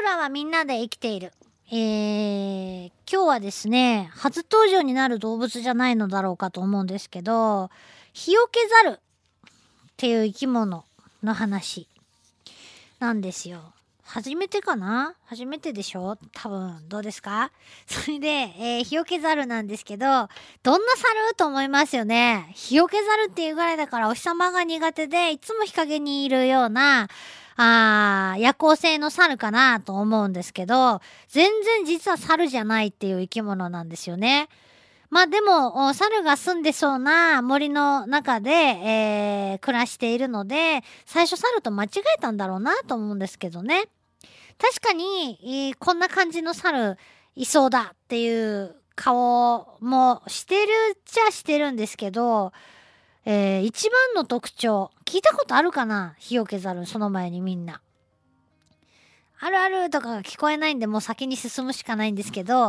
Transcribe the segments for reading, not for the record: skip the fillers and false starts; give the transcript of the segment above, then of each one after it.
らはみんなで生きている。今日はですね、初登場になる動物じゃないのだろうかと思うんですけど、ヒヨケザルっていう生き物の話なんですよ。初めてかな？初めてでしょ？多分、どうですか？それで、ヒヨケザルなんですけど、どんな猿と思いますよね。ヒヨケザルっていうぐらいだからお日様が苦手で、いつも日陰にいるような、夜行性の猿かなと思うんですけど、全然実は猿じゃないっていう生き物なんですよね。まあでも、猿が住んでそうな森の中で、暮らしているので、最初猿と間違えたんだろうなと思うんですけどね。確かに、こんな感じの猿いそうだっていう顔もしてるっちゃしてるんですけど、一番の特徴、聞いたことあるかな？ヒヨケザル、その前にみんな。あるあるとかが聞こえないんで、もう先に進むしかないんですけど、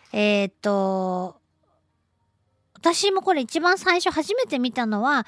私もこれ一番最初初めて見たのは、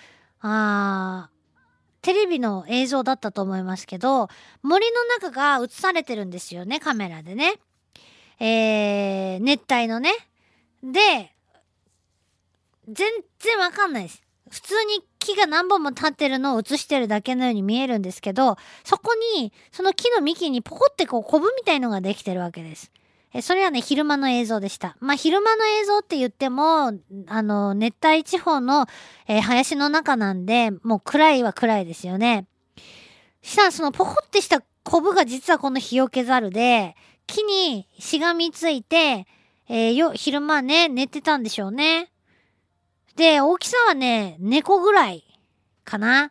テレビの映像だったと思いますけど、森の中が映されてるんですよね、カメラでね。熱帯のね。で、全然わかんないです。普通に木が何本も立ってるのを映してるだけのように見えるんですけど、そこに、その木の幹にポコってこうコブみたいのができてるわけです。それはね、昼間の映像でした。まあ、昼間の映像って言っても、熱帯地方の、林の中なんで、もう暗いは暗いですよね。したらそのポコってしたコブが実はこのヒヨケザルで、木にしがみついて、昼間ね、寝てたんでしょうね。で、大きさはね、猫ぐらいかな。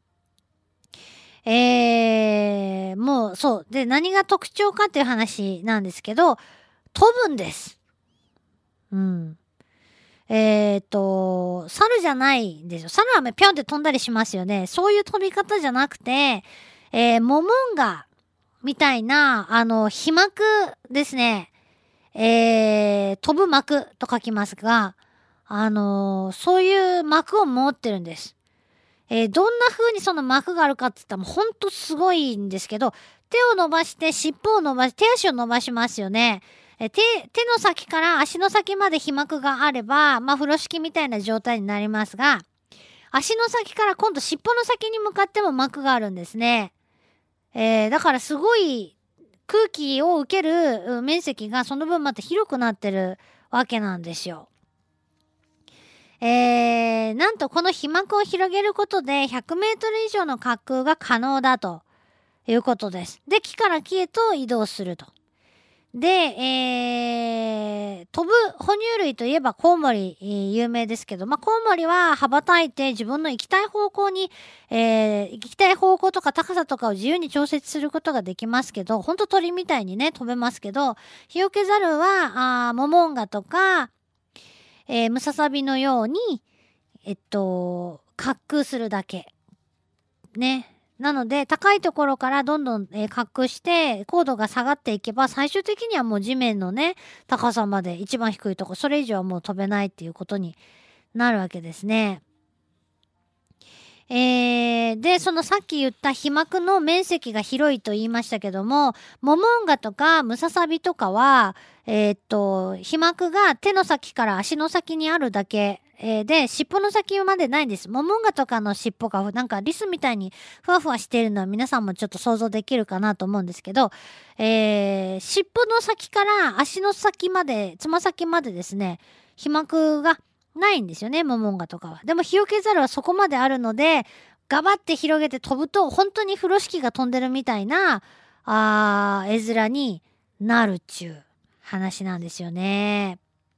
もうそう。で、何が特徴かっていう話なんですけど、飛ぶんです。うん。猿じゃないんですよ。猿はぴょんって飛んだりしますよね。そういう飛び方じゃなくて、モモンガみたいな、飛膜ですね。飛ぶ膜と書きますが、そういう膜を持ってるんです。どんな風にその膜があるかって言ったらもうほんとすごいんですけど、手を伸ばして尻尾を伸ばし、手足を伸ばしますよね。手の先から足の先まで飛膜があれば、まあ風呂敷みたいな状態になりますが、足の先から今度尻尾の先に向かっても膜があるんですね。だからすごい空気を受ける面積がその分また広くなってるわけなんですよ。なんとこの飛膜を広げることで100メートル以上の滑空が可能だということです。で、木から木へと移動すると。で、飛ぶ哺乳類といえばコウモリ、有名ですけど、まあ、コウモリは羽ばたいて自分の行きたい方向に、行きたい方向とか高さとかを自由に調節することができますけど、ほんと鳥みたいにね、飛べますけど、ヒヨケザルは、モモンガとか、ムササビのように、滑空するだけ。ね。なので、高いところからどんどん、滑空して、高度が下がっていけば、最終的にはもう地面のね、高さまで一番低いとこ、それ以上はもう飛べないっていうことになるわけですね。で、そのさっき言った飛膜の面積が広いと言いましたけども、モモンガとかムササビとかは、飛膜が手の先から足の先にあるだけ、で、尻尾の先までないんです。モモンガとかの尻尾がなんかリスみたいにふわふわしているのは皆さんもちょっと想像できるかなと思うんですけど、尻尾の先から足の先まで、つま先までですね、飛膜がないんですよね、モモンガとかは。でもヒヨケザルはそこまであるので、ガバって広げて飛ぶと、本当に風呂敷が飛んでるみたいな、絵面になるっちゅう話なんですよね。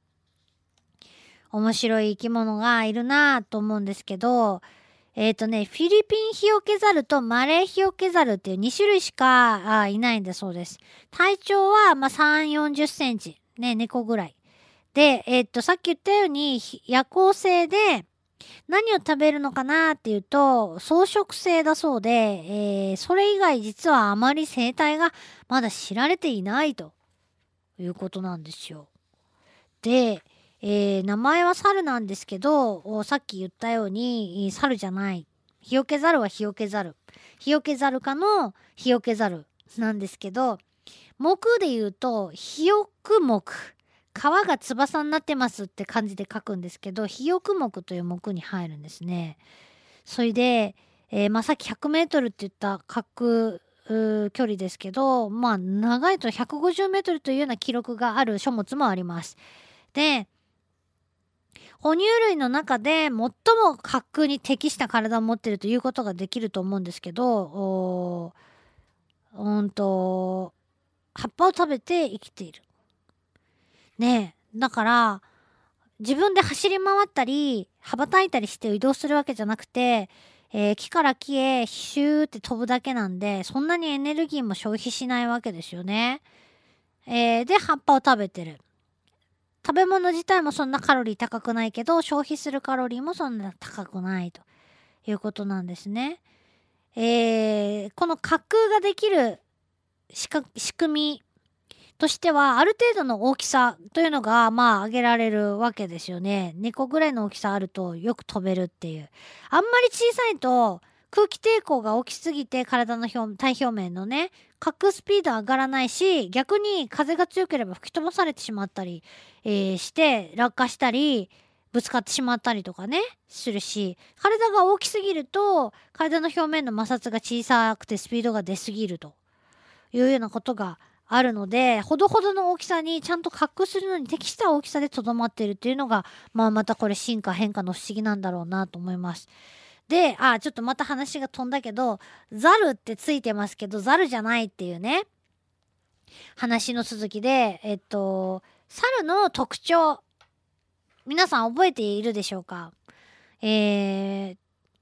面白い生き物がいるなぁと思うんですけど、フィリピンヒヨケザルとマレーヒヨケザルっていう2種類しかいないんだそうです。体長はまあ3、40センチ。ね、猫ぐらい。で、さっき言ったように夜行性で何を食べるのかなっていうと、草食性だそうで、それ以外実はあまり生態がまだ知られていないということなんですよ。で、名前は猿なんですけど、さっき言ったように、猿じゃない。ヒヨケザルはヒヨケザル。ヒヨケザル科のヒヨケザルなんですけど、 木で言うと肥沃木、皮が翼になってますって感じで書くんですけど、肥沃木という木に入るんですね。それで、さっき100メートルって言った滑空距離ですけど、長いと150メートルというような記録がある書物もあります。で、哺乳類の中で最も滑空に適した体を持っているということができると思うんですけど、葉っぱを食べて生きている。ねえ。だから、自分で走り回ったり、羽ばたいたりして移動するわけじゃなくて、木から木へシューって飛ぶだけなんで、そんなにエネルギーも消費しないわけですよね。で、葉っぱを食べてる。食べ物自体もそんなカロリー高くないけど、消費するカロリーもそんな高くないということなんですね。この滑空ができる仕組みとしては、ある程度の大きさというのが、挙げられるわけですよね。2個ぐらいの大きさあるとよく飛べるっていう。あんまり小さいと空気抵抗が大きすぎて体の体表面のね、滑空スピード上がらないし、逆に風が強ければ吹き飛ばされてしまったり、して落下したり、ぶつかってしまったりとかね、するし、体が大きすぎると体の表面の摩擦が小さくてスピードが出すぎるというようなことがあるので、ほどほどの大きさにちゃんと滑空するのに適した大きさでとどまっているっていうのが、またこれ進化変化の不思議なんだろうなと思います。で、ちょっとまた話が飛んだけど、ザルってついてますけど、ザルじゃないっていうね、話の続きで、猿の特徴、皆さん覚えているでしょうか？手。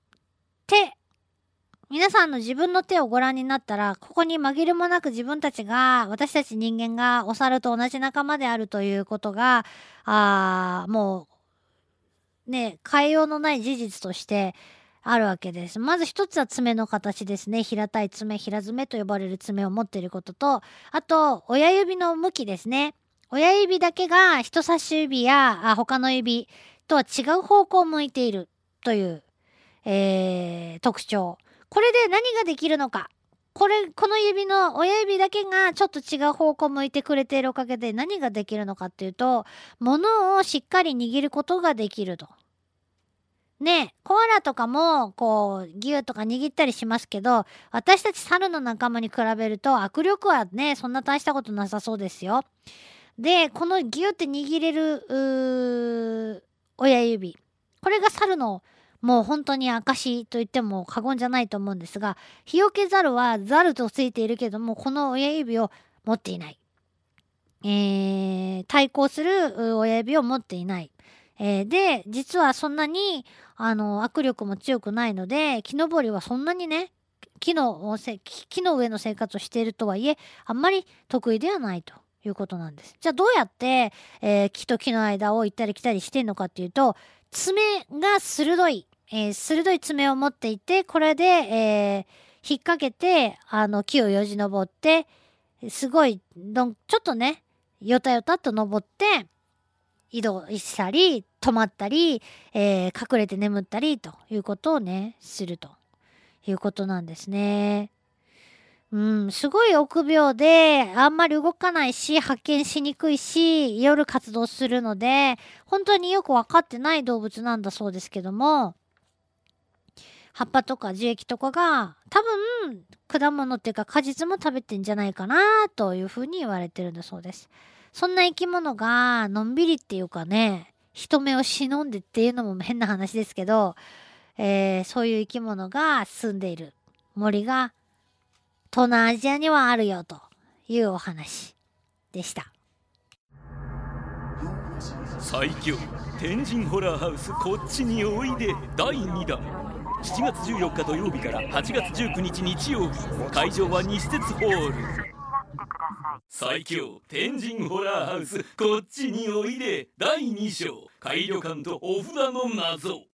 皆さんの自分の手をご覧になったら、ここに紛れもなく私たち人間がお猿と同じ仲間であるということが、もう、ね、変えようのない事実としてあるわけです。まず一つは爪の形ですね。平たい爪、平爪と呼ばれる爪を持っていることと、あと、親指の向きですね。親指だけが人差し指や他の指とは違う方向を向いているという、特徴。これで何ができるのか。この指の親指だけがちょっと違う方向を向いてくれているおかげで何ができるのかっていうと、物をしっかり握ることができると。ね、コアラとかもこうギューとか握ったりしますけど、私たち猿の仲間に比べると握力はね、そんな大したことなさそうですよ。で、このギューって握れる親指。これが猿のもう本当に証と言っても過言じゃないと思うんですが、ヒヨケザルはザルとついているけども、この親指を持っていない。対抗する親指を持っていない。で、実はそんなに握力も強くないので、木登りはそんなにね、木の上の生活をしているとはいえ、あんまり得意ではないということなんです。じゃあどうやって、木と木の間を行ったり来たりしてんのかっていうと、爪が鋭い爪を持っていて、これで、引っ掛けて、木をよじ登って、すごい、ちょっとね、よたよたっと登って、移動したり、止まったり、隠れて眠ったりということをね、するということなんですね。すごい臆病で、あんまり動かないし、発見しにくいし、夜活動するので、本当によくわかってない動物なんだそうですけども、葉っぱとか樹液とかが多分果物っていうか果実も食べてんじゃないかなというふうに言われてるんだそうです。そんな生き物がのんびりっていうかね、人目を忍んでっていうのも変な話ですけど、そういう生き物が住んでいる森が東南アジアにはあるよというお話でした。 最強天神ホラーハウスこっちにおいで第2弾、7月14日土曜日から8月19日日曜日、会場は西鉄ホール。最強天神ホラーハウスこっちにおいで第2章、怪旅館とお札の謎。